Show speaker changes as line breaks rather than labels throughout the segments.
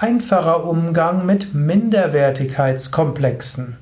Einfacher Umgang mit Minderwertigkeitskomplexen.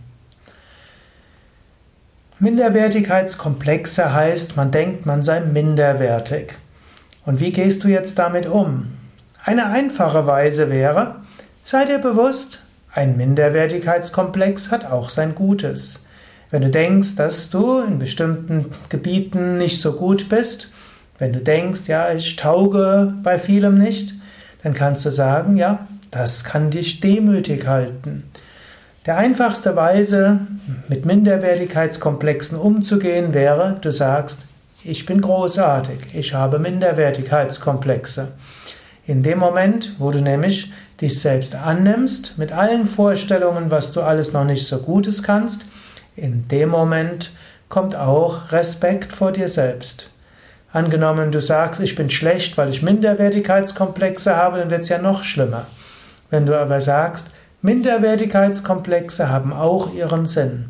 Minderwertigkeitskomplexe heißt, man denkt, man sei minderwertig. Und wie gehst du jetzt damit um? Eine einfache Weise wäre, sei dir bewusst, ein Minderwertigkeitskomplex hat auch sein Gutes. Wenn du denkst, dass du in bestimmten Gebieten nicht so gut bist, wenn du denkst, ja, ich tauge bei vielem nicht, dann kannst du sagen, ja, das kann dich demütig halten. Der einfachste Weise, mit Minderwertigkeitskomplexen umzugehen, wäre, du sagst, ich bin großartig, ich habe Minderwertigkeitskomplexe. In dem Moment, wo du nämlich dich selbst annimmst, mit allen Vorstellungen, was du alles noch nicht so Gutes kannst, in dem Moment kommt auch Respekt vor dir selbst. Angenommen, du sagst, ich bin schlecht, weil ich Minderwertigkeitskomplexe habe, dann wird es ja noch schlimmer. Wenn du aber sagst, Minderwertigkeitskomplexe haben auch ihren Sinn.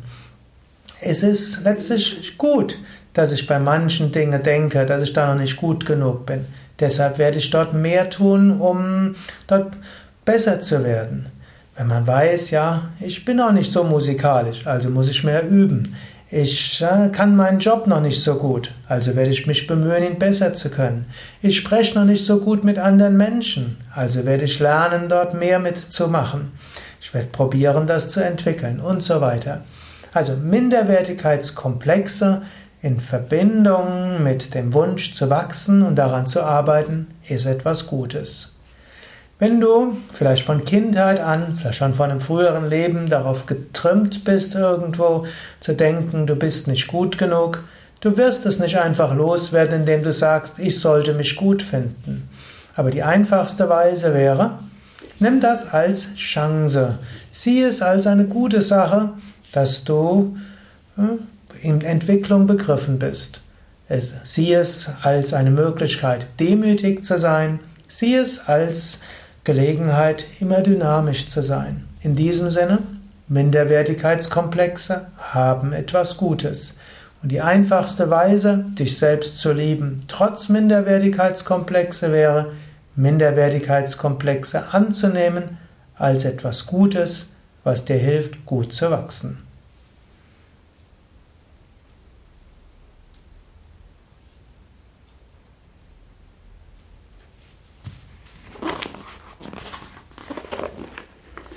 Es ist letztlich gut, dass ich bei manchen Dingen denke, dass ich da noch nicht gut genug bin. Deshalb werde ich dort mehr tun, um dort besser zu werden. Wenn man weiß, ja, ich bin noch nicht so musikalisch, also muss ich mehr üben. Ich kann meinen Job noch nicht so gut, also werde ich mich bemühen, ihn besser zu können. Ich spreche noch nicht so gut mit anderen Menschen, also werde ich lernen, dort mehr mitzumachen. Ich werde probieren, das zu entwickeln und so weiter. Also Minderwertigkeitskomplexe in Verbindung mit dem Wunsch zu wachsen und daran zu arbeiten, ist etwas Gutes. Wenn du vielleicht von Kindheit an, vielleicht schon von einem früheren Leben darauf getrimmt bist, irgendwo zu denken, du bist nicht gut genug, du wirst es nicht einfach loswerden, indem du sagst, ich sollte mich gut finden. Aber die einfachste Weise wäre, nimm das als Chance. Sieh es als eine gute Sache, dass du in Entwicklung begriffen bist. Sieh es als eine Möglichkeit, demütig zu sein. Sieh es als Gelegenheit, immer dynamisch zu sein. In diesem Sinne, Minderwertigkeitskomplexe haben etwas Gutes. Und die einfachste Weise, dich selbst zu lieben, trotz Minderwertigkeitskomplexe, wäre, Minderwertigkeitskomplexe anzunehmen als etwas Gutes, was dir hilft, gut zu wachsen.